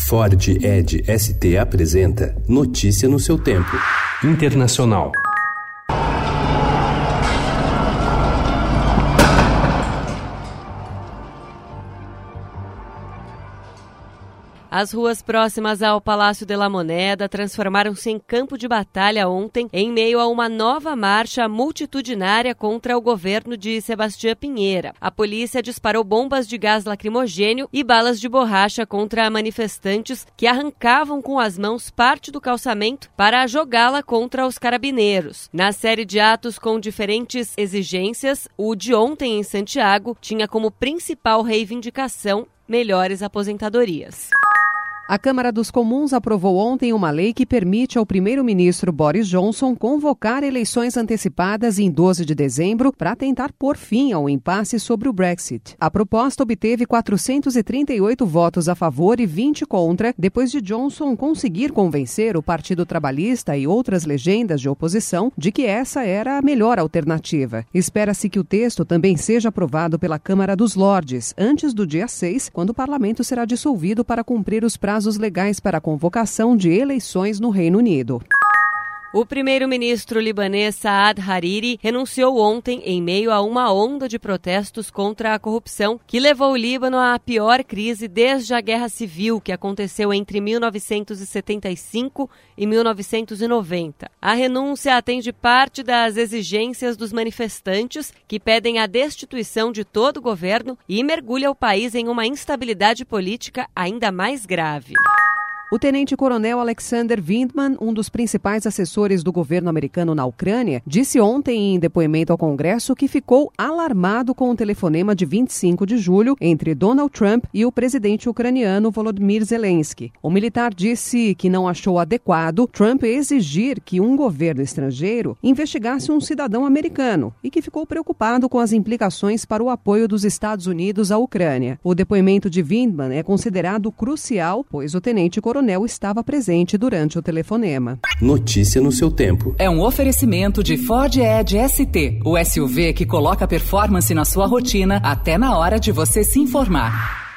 Ford Edge ST apresenta Notícia no seu tempo. Internacional. As ruas próximas ao Palácio de la Moneda transformaram-se em campo de batalha ontem em meio a uma nova marcha multitudinária contra o governo de Sebastián Piñera. A polícia disparou bombas de gás lacrimogênio e balas de borracha contra manifestantes que arrancavam com as mãos parte do calçamento para jogá-la contra os carabineiros. Na série de atos com diferentes exigências, o de ontem em Santiago tinha como principal reivindicação melhores aposentadorias. A Câmara dos Comuns aprovou ontem uma lei que permite ao primeiro-ministro Boris Johnson convocar eleições antecipadas em 12 de dezembro para tentar pôr fim ao impasse sobre o Brexit. A proposta obteve 438 votos a favor e 20 contra, depois de Johnson conseguir convencer o Partido Trabalhista e outras legendas de oposição de que essa era a melhor alternativa. Espera-se que o texto também seja aprovado pela Câmara dos Lordes, antes do dia 6, quando o parlamento será dissolvido para cumprir os prazos legais para a convocação de eleições no Reino Unido. O primeiro-ministro libanês Saad Hariri renunciou ontem em meio a uma onda de protestos contra a corrupção que levou o Líbano à pior crise desde a Guerra Civil, que aconteceu entre 1975 e 1990. A renúncia atende parte das exigências dos manifestantes, que pedem a destituição de todo o governo e mergulha o país em uma instabilidade política ainda mais grave. O tenente-coronel Alexander Vindman, um dos principais assessores do governo americano na Ucrânia, disse ontem em depoimento ao Congresso que ficou alarmado com o telefonema de 25 de julho entre Donald Trump e o presidente ucraniano Volodymyr Zelensky. O militar disse que não achou adequado Trump exigir que um governo estrangeiro investigasse um cidadão americano e que ficou preocupado com as implicações para o apoio dos Estados Unidos à Ucrânia. O depoimento de Vindman é considerado crucial, pois o tenente-coronel estava presente durante o telefonema. Notícia no seu tempo. É um oferecimento de Ford Edge ST, o SUV que coloca performance na sua rotina até na hora de você se informar.